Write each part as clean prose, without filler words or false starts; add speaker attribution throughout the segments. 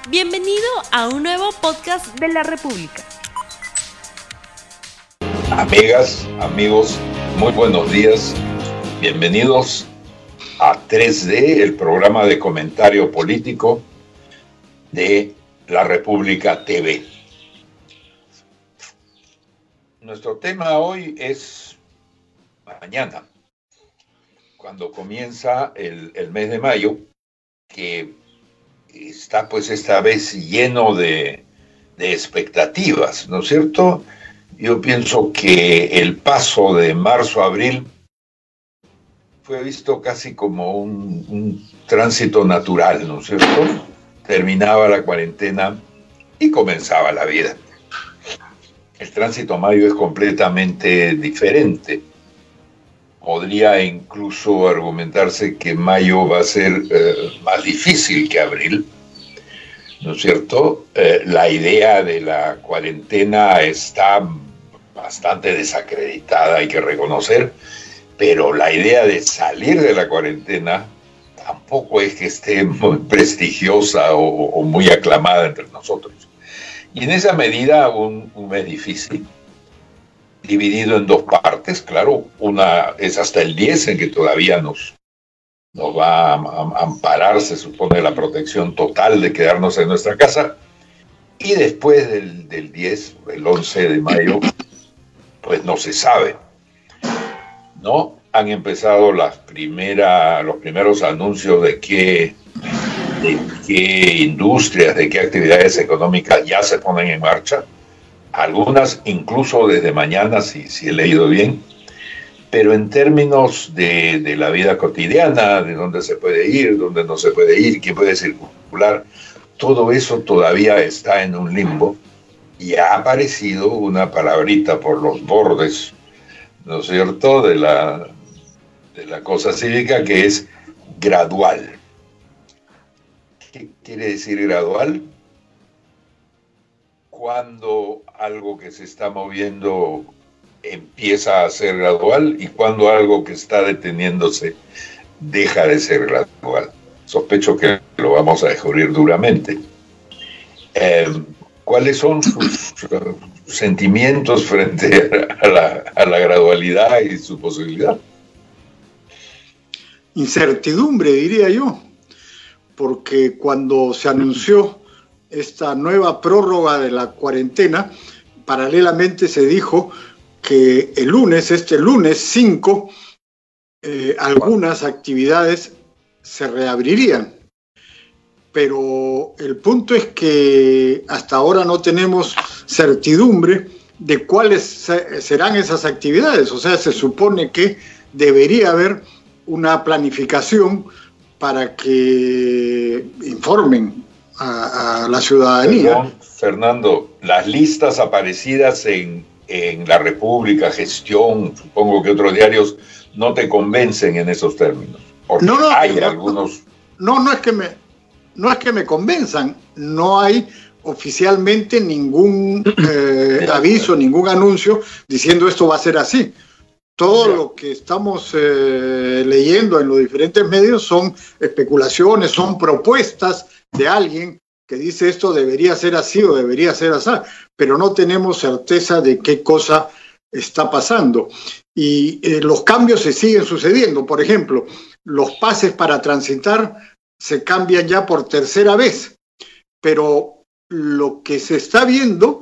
Speaker 1: Bienvenido a un nuevo podcast de la República.
Speaker 2: Amigas, amigos, muy buenos días. Bienvenidos a 3D, el programa de comentario político de la República TV. Nuestro tema hoy es mañana, cuando comienza el mes de mayo, que está pues esta vez lleno de expectativas, ¿no es cierto? Yo pienso que el paso de marzo a abril fue visto casi como un tránsito natural, ¿no es cierto? Terminaba la cuarentena y comenzaba la vida. El tránsito a mayo es completamente diferente. Podría incluso argumentarse que mayo va a ser más difícil que abril, ¿no es cierto? La idea de la cuarentena está bastante desacreditada, hay que reconocer, pero la idea de salir de la cuarentena tampoco es que esté muy prestigiosa o muy aclamada entre nosotros. Y en esa medida un mes difícil, dividido en dos partes, claro, una es hasta el 10, en que todavía nos va a amparar, se supone, la protección total de quedarnos en nuestra casa, y después del 10, el 11 de mayo, pues no se sabe, ¿no? Han empezado los primeros anuncios de qué industrias, de qué actividades económicas ya se ponen en marcha, algunas incluso desde mañana, si he leído bien, pero en términos de la vida cotidiana, de dónde se puede ir, dónde no se puede ir, quién puede circular, todo eso todavía está en un limbo, y ha aparecido una palabrita por los bordes, ¿no es cierto?, de la cosa cívica, que es gradual. ¿Qué quiere decir gradual? Cuando algo que se está moviendo empieza a ser gradual y cuando algo que está deteniéndose deja de ser gradual. Sospecho que lo vamos a descubrir duramente. ¿Cuáles son sus sentimientos frente a la gradualidad y su posibilidad?
Speaker 3: Incertidumbre, diría yo, porque cuando se anunció esta nueva prórroga de la cuarentena, paralelamente se dijo que este lunes 5, algunas actividades se reabrirían. Pero el punto es que hasta ahora no tenemos certidumbre de cuáles serán esas actividades. O sea, se supone que debería haber una planificación para que informen a la ciudadanía.
Speaker 2: Fernando, las listas aparecidas en la República, Gestión, supongo que otros diarios, no te convencen en esos términos. Porque hay algunos...
Speaker 3: No es que me convenzan, no hay oficialmente ningún aviso, ningún anuncio diciendo esto va a ser así. Todo lo que estamos leyendo en los diferentes medios son especulaciones, son propuestas de alguien que dice esto debería ser así o debería ser así, pero no tenemos certeza de qué cosa está pasando. Y los cambios se siguen sucediendo. Por ejemplo, los pases para transitar se cambian ya por tercera vez, pero lo que se está viendo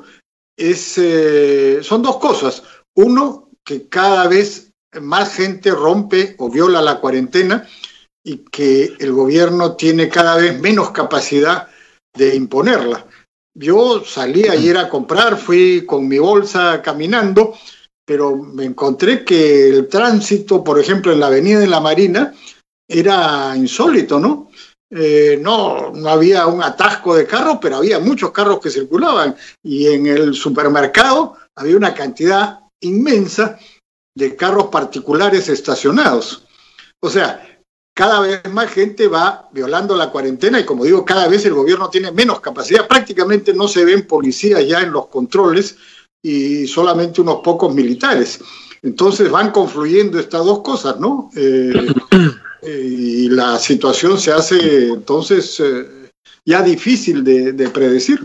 Speaker 3: son dos cosas. Uno, que cada vez más gente rompe o viola la cuarentena y que el gobierno tiene cada vez menos capacidad de imponerla. Yo salí ayer a comprar, fui con mi bolsa caminando, pero me encontré que el tránsito, por ejemplo, en la Avenida de la Marina, era insólito, ¿no? No había un atasco de carros, pero había muchos carros que circulaban, y en el supermercado había una cantidad inmensa de carros particulares estacionados. O sea, cada vez más gente va violando la cuarentena y, como digo, cada vez el gobierno tiene menos capacidad. Prácticamente no se ven policías ya en los controles y solamente unos pocos militares. Entonces van confluyendo estas dos cosas, ¿no? Y la situación se hace entonces ya difícil de predecir.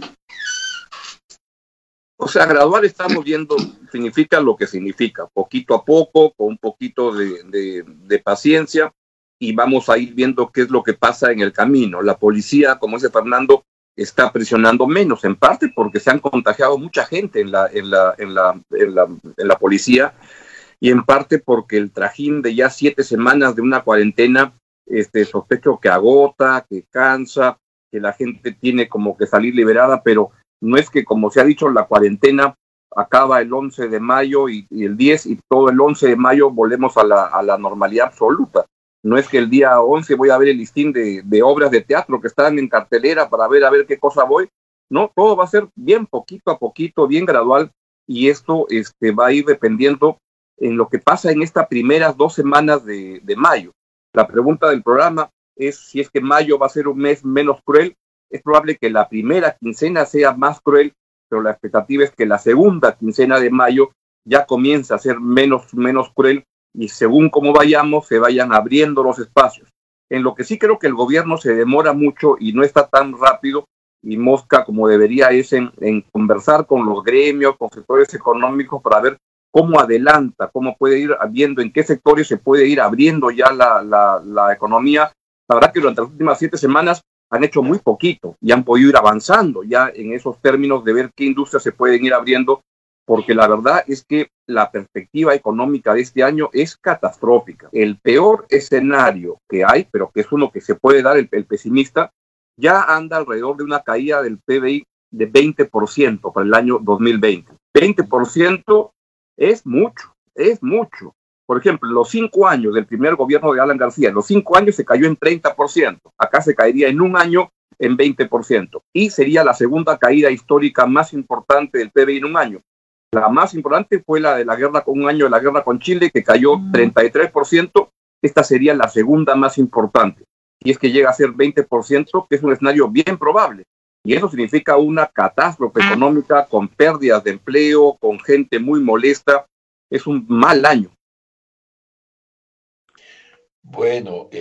Speaker 4: O sea, gradual estamos viendo, significa lo que significa, poquito a poco, con un poquito de paciencia, y vamos a ir viendo qué es lo que pasa en el camino. La policía, como dice Fernando, está presionando menos, en parte porque se han contagiado mucha gente en la policía, y en parte porque el trajín de ya 7 semanas de una cuarentena, sospecho que agota, que cansa, que la gente tiene como que salir liberada, pero no es que, como se ha dicho, la cuarentena acaba el 11 de mayo y el 10, y todo el 11 de mayo volvemos a la normalidad absoluta. No es que el día 11 voy a ver el listín de obras de teatro que están en cartelera para ver a ver qué cosa voy. No, todo va a ser bien poquito a poquito, bien gradual, y esto va a ir dependiendo en lo que pasa en estas primeras 2 semanas de mayo. La pregunta del programa es si es que mayo va a ser un mes menos cruel. Es probable que la primera quincena sea más cruel, pero la expectativa es que la segunda quincena de mayo ya comience a ser menos cruel, y según cómo vayamos, se vayan abriendo los espacios. En lo que sí creo que el gobierno se demora mucho y no está tan rápido y mosca como debería es en conversar con los gremios, con sectores económicos, para ver cómo adelanta, cómo puede ir viendo en qué sectores se puede ir abriendo ya la economía. La verdad que durante las últimas 7 semanas han hecho muy poquito y han podido ir avanzando ya en esos términos de ver qué industrias se pueden ir abriendo, porque la verdad es que la perspectiva económica de este año es catastrófica. El peor escenario que hay, pero que es uno que se puede dar el pesimista, ya anda alrededor de una caída del PBI de 20% para el año 2020. 20% es mucho, es mucho. Por ejemplo, los 5 años del primer gobierno de Alan García, en los 5 años se cayó en 30%. Acá se caería en un año en 20%. Y sería la segunda caída histórica más importante del PBI en un año. La más importante fue la de la guerra con un año de la guerra con Chile, que cayó 33%. Esta sería la segunda más importante. Y es que llega a ser 20%, que es un escenario bien probable. Y eso significa una catástrofe económica con pérdidas de empleo, con gente muy molesta. Es un mal año.
Speaker 2: Bueno,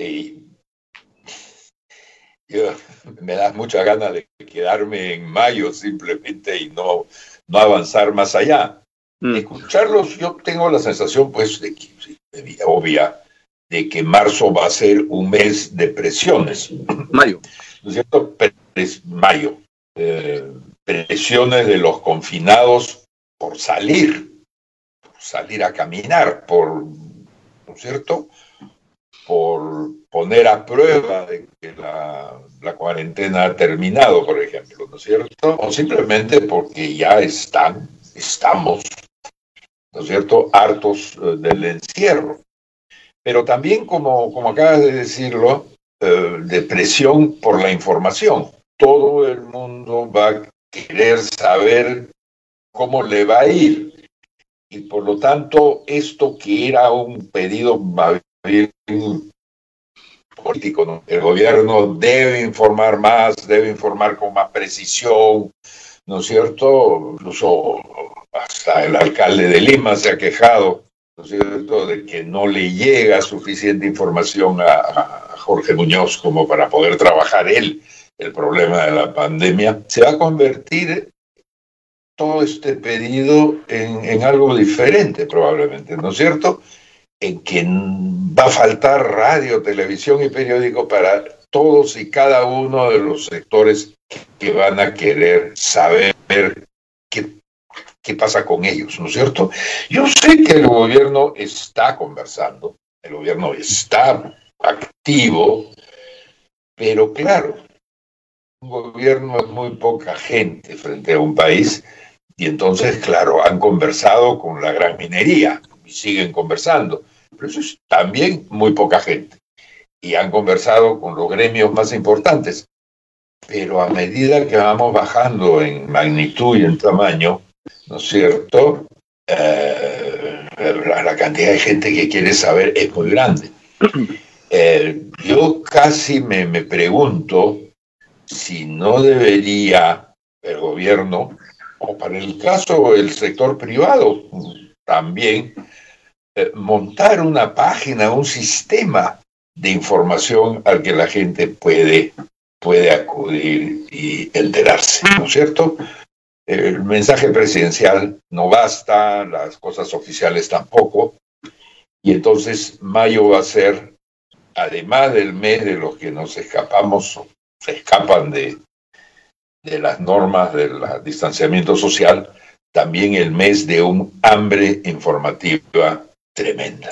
Speaker 2: me da mucha ganas de quedarme en mayo simplemente y no avanzar más allá. Escucharlos, yo tengo la sensación, pues, de que, obvia, de que marzo va a ser un mes de presiones.
Speaker 4: Mayo.
Speaker 2: ¿No es cierto? Mayo. Presiones de los confinados por salir a caminar, ¿no es cierto?, por poner a prueba de que la cuarentena ha terminado, por ejemplo, ¿no es cierto? O simplemente porque ya estamos, ¿no es cierto?, hartos del encierro. Pero también, como acabas de decirlo, de presión por la información. Todo el mundo va a querer saber cómo le va a ir. Y por lo tanto, esto que era un pedido político, ¿no? El gobierno debe informar más, debe informar con más precisión, ¿no es cierto? Incluso hasta el alcalde de Lima se ha quejado, ¿no es cierto?, de que no le llega suficiente información a Jorge Muñoz como para poder trabajar él el problema de la pandemia. Se va a convertir todo este pedido en algo diferente probablemente, ¿no es cierto?, en que va a faltar radio, televisión y periódico para todos y cada uno de los sectores que van a querer saber qué pasa con ellos, ¿no es cierto? Yo sé que el gobierno está conversando, el gobierno está activo, pero claro, un gobierno es muy poca gente frente a un país, y entonces, claro, han conversado con la gran minería y siguen conversando, pero eso es también muy poca gente, y han conversado con los gremios más importantes, pero a medida que vamos bajando en magnitud y en tamaño, ¿no es cierto?, la cantidad de gente que quiere saber es muy grande. Yo casi me pregunto si no debería el gobierno, o para el caso del sector privado también, montar una página, un sistema de información al que la gente puede puede acudir y enterarse, ¿no es cierto? El mensaje presidencial no basta, las cosas oficiales tampoco, y entonces mayo va a ser, además del mes de los que nos escapamos o se escapan de las normas del distanciamiento social, también el mes de un hambre informativa tremenda.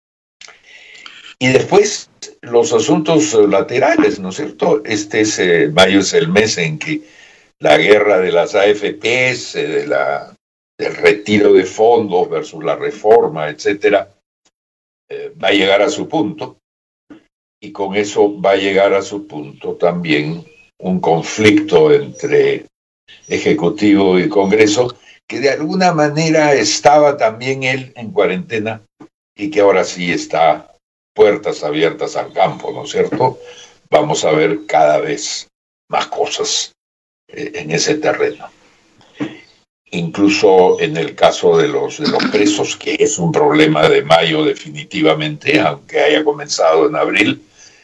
Speaker 2: Y después los asuntos laterales, ¿no es cierto? Mayo es el mes en que la guerra de las AFPs, del retiro de fondos versus la reforma, etcétera, va a llegar a su punto. Y con eso va a llegar a su punto también un conflicto entre Ejecutivo y Congreso, que de alguna manera estaba también él en cuarentena y que ahora sí está puertas abiertas al campo, ¿no es cierto? Vamos a ver cada vez más cosas en ese terreno. Incluso en el caso de los presos, que es un problema de mayo definitivamente, aunque haya comenzado en abril,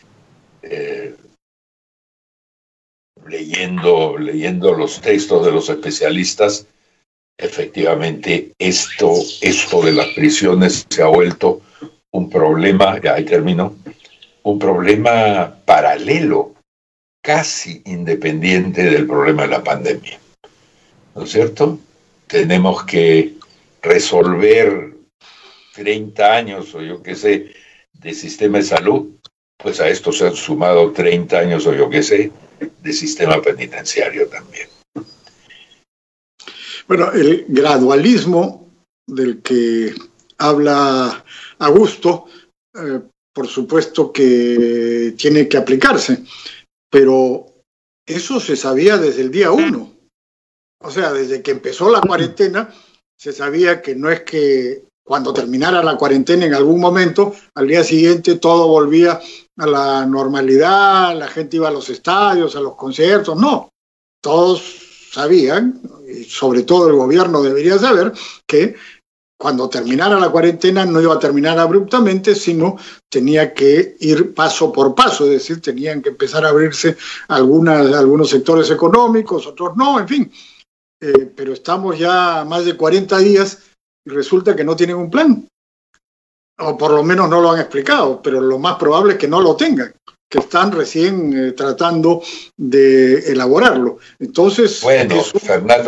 Speaker 2: leyendo los textos de los especialistas, efectivamente esto de las prisiones se ha vuelto un problema, ya ahí termino, un problema paralelo, casi independiente del problema de la pandemia, ¿no es cierto? Tenemos que resolver 30 años o yo qué sé de sistema de salud, pues a esto se han sumado 30 años o yo qué sé de sistema penitenciario también.
Speaker 3: Bueno, el gradualismo del que habla Augusto, por supuesto que tiene que aplicarse, pero eso se sabía desde el día 1. O sea, desde que empezó la cuarentena, se sabía que no es que cuando terminara la cuarentena en algún momento, al día siguiente todo volvía a la normalidad, la gente iba a los estadios, a los conciertos, no. Todos sabían, y sobre todo el gobierno debería saber, que cuando terminara la cuarentena no iba a terminar abruptamente, sino tenía que ir paso por paso, es decir, tenían que empezar a abrirse algunos sectores económicos, otros no, en fin. Pero estamos ya más de 40 días y resulta que no tienen un plan. O por lo menos no lo han explicado, pero lo más probable es que no lo tengan, que están recién tratando de elaborarlo. Entonces,
Speaker 2: bueno, Fernando,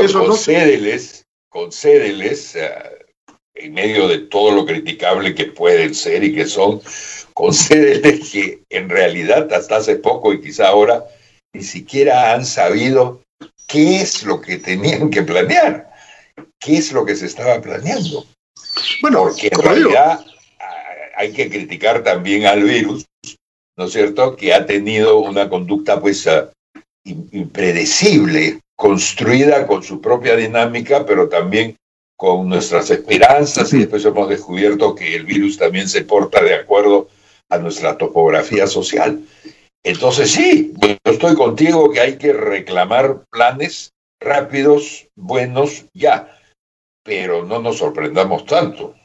Speaker 2: concédeles en medio de todo lo criticable que pueden ser y que son, concédeles que en realidad hasta hace poco y quizá ahora ni siquiera han sabido qué es lo que tenían que planear, qué es lo que se estaba planeando. Bueno, porque en realidad hay que criticar también al virus, ¿no es cierto?, que ha tenido una conducta pues impredecible, construida con su propia dinámica, pero también con nuestras esperanzas, y después hemos descubierto que el virus también se porta de acuerdo a nuestra topografía social. Entonces sí, yo estoy contigo que hay que reclamar planes rápidos, buenos, ya, pero no nos sorprendamos tanto.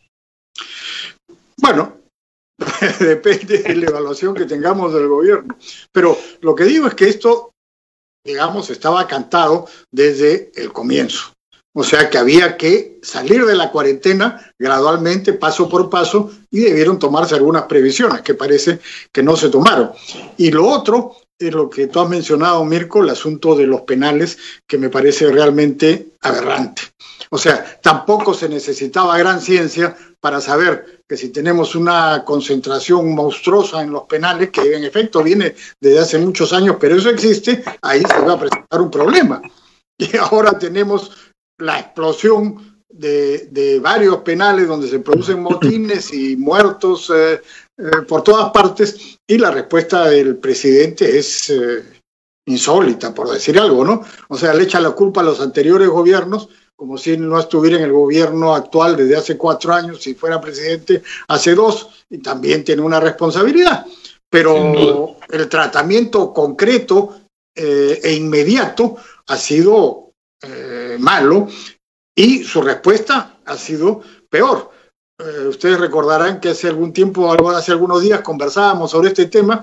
Speaker 3: Bueno, depende de la evaluación que tengamos del gobierno. Pero lo que digo es que esto, digamos, estaba cantado desde el comienzo. O sea que había que salir de la cuarentena gradualmente, paso por paso, y debieron tomarse algunas previsiones que parece que no se tomaron. Y lo otro es lo que tú has mencionado, Mirko, el asunto de los penales, que me parece realmente aberrante. O sea, tampoco se necesitaba gran ciencia para saber que si tenemos una concentración monstruosa en los penales, que en efecto viene desde hace muchos años, pero eso existe, ahí se va a presentar un problema. Y ahora tenemos la explosión de varios penales donde se producen motines y muertos por todas partes, y la respuesta del presidente es insólita, por decir algo, ¿no? O sea, le echa la culpa a los anteriores gobiernos, como si no estuviera en el gobierno actual desde hace 4 años, si fuera presidente hace 2, y también tiene una responsabilidad. Pero el tratamiento concreto e inmediato ha sido malo, y su respuesta ha sido peor. Ustedes recordarán que hace algún tiempo, hace algunos días, conversábamos sobre este tema,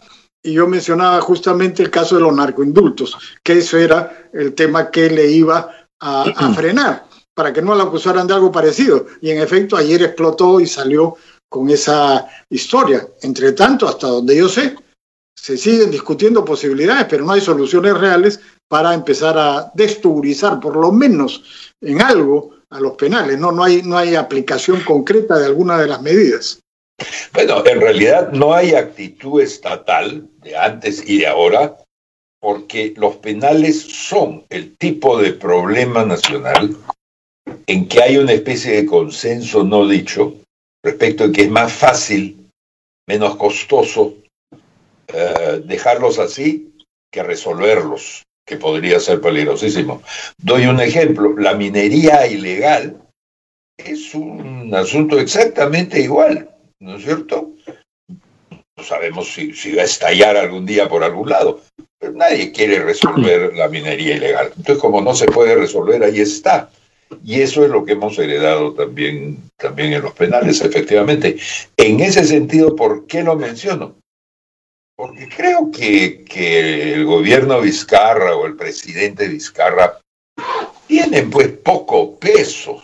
Speaker 3: y yo mencionaba justamente el caso de los narcoindultos, que eso era el tema que le iba a frenar, para que no la acusaran de algo parecido. Y en efecto, ayer explotó y salió con esa historia. Entre tanto, hasta donde yo sé, se siguen discutiendo posibilidades, pero no hay soluciones reales para empezar a destuburizar, por lo menos en algo, a los penales. No hay aplicación concreta de alguna de las medidas.
Speaker 2: Bueno, en realidad no hay actitud estatal de antes y de ahora, porque los penales son el tipo de problema nacional en que hay una especie de consenso no dicho respecto de que es más fácil, menos costoso dejarlos así que resolverlos, que podría ser peligrosísimo. Doy un ejemplo: la minería ilegal es un asunto exactamente igual, ¿no es cierto? No sabemos si va a estallar algún día por algún lado, pero nadie quiere resolver la minería ilegal. Entonces, como no se puede resolver, ahí está. Y eso es lo que hemos heredado también en los penales, efectivamente. En ese sentido, ¿por qué lo menciono? Porque creo que el gobierno Vizcarra o el presidente Vizcarra tienen pues poco peso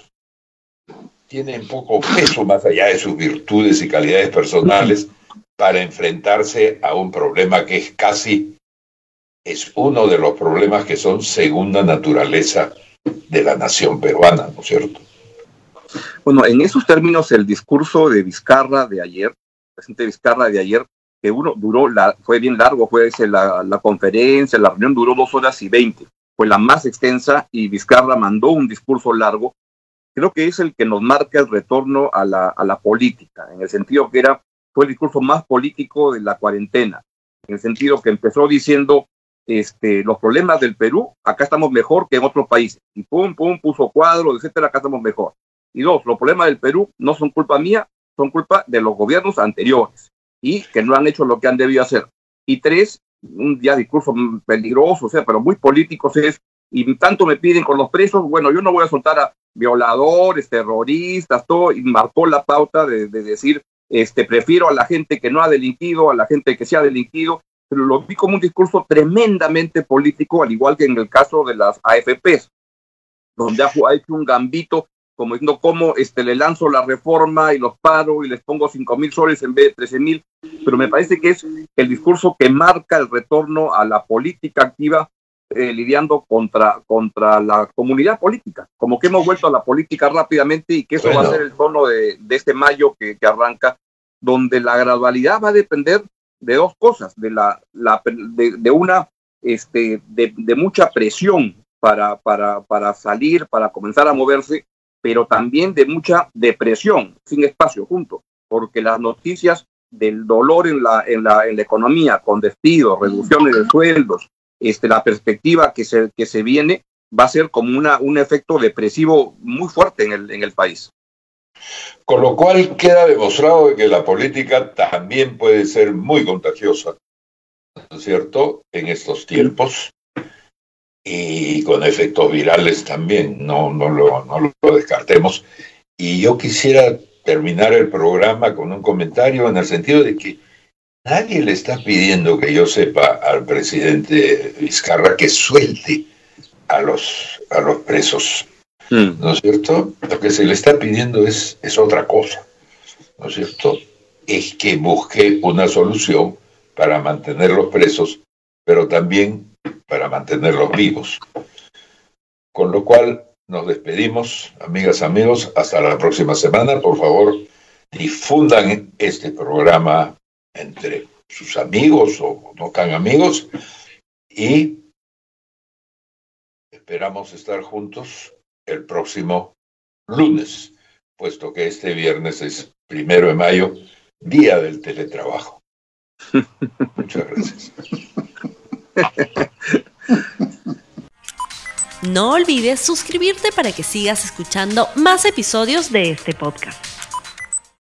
Speaker 2: más allá de sus virtudes y calidades personales para enfrentarse a un problema que es uno de los problemas que son segunda naturaleza de la nación peruana, ¿no es cierto?
Speaker 4: Bueno, en esos términos, el discurso de Vizcarra de ayer, el presidente Vizcarra de ayer, que fue bien largo, fue la conferencia, la reunión duró 2 horas y 20, fue la más extensa, y Vizcarra mandó un discurso largo. Creo que es el que nos marca el retorno a la política, en el sentido que fue el discurso más político de la cuarentena, en el sentido que empezó diciendo los problemas del Perú, acá estamos mejor que en otros países, y puso cuadros, etcétera, acá estamos mejor. Y 2, los problemas del Perú no son culpa mía, son culpa de los gobiernos anteriores, y que no han hecho lo que han debido hacer. Y 3, un discurso peligroso, pero muy político, y tanto me piden con los presos, bueno, yo no voy a soltar a violadores, terroristas, todo, y marcó la pauta de decir, prefiero a la gente que no ha delinquido, a la gente que sí ha delinquido. Pero lo vi como un discurso tremendamente político, al igual que en el caso de las AFPs, donde ha hecho un gambito, como diciendo cómo le lanzo la reforma y los paro y les pongo 5,000 soles en vez de 13,000, pero me parece que es el discurso que marca el retorno a la política activa, lidiando contra la comunidad política, como que hemos vuelto a la política rápidamente, y que eso va a ser el tono de este mayo que arranca, donde la gradualidad va a depender de 2 cosas, de mucha presión para salir, para comenzar a moverse, pero también de mucha depresión, sin espacio junto, porque las noticias del dolor en la economía, con despidos, reducciones de sueldos, la perspectiva que se viene, va a ser como un efecto depresivo muy fuerte en el país.
Speaker 2: Con lo cual queda demostrado que la política también puede ser muy contagiosa, ¿no es cierto?, en estos tiempos, y con efectos virales también, no lo descartemos. Y yo quisiera terminar el programa con un comentario en el sentido de que nadie le está pidiendo, que yo sepa, al presidente Vizcarra que suelte a los presos, ¿no es cierto? Lo que se le está pidiendo es otra cosa, ¿no es cierto? Es que busque una solución para mantenerlos presos, pero también para mantenerlos vivos. Con lo cual nos despedimos, amigas, amigos, hasta la próxima semana. Por favor, difundan este programa entre sus amigos o no tan amigos, y esperamos estar juntos el próximo lunes, puesto que este viernes es 1 de mayo, día del teletrabajo. Muchas gracias.
Speaker 1: No olvides suscribirte para que sigas escuchando más episodios de este podcast.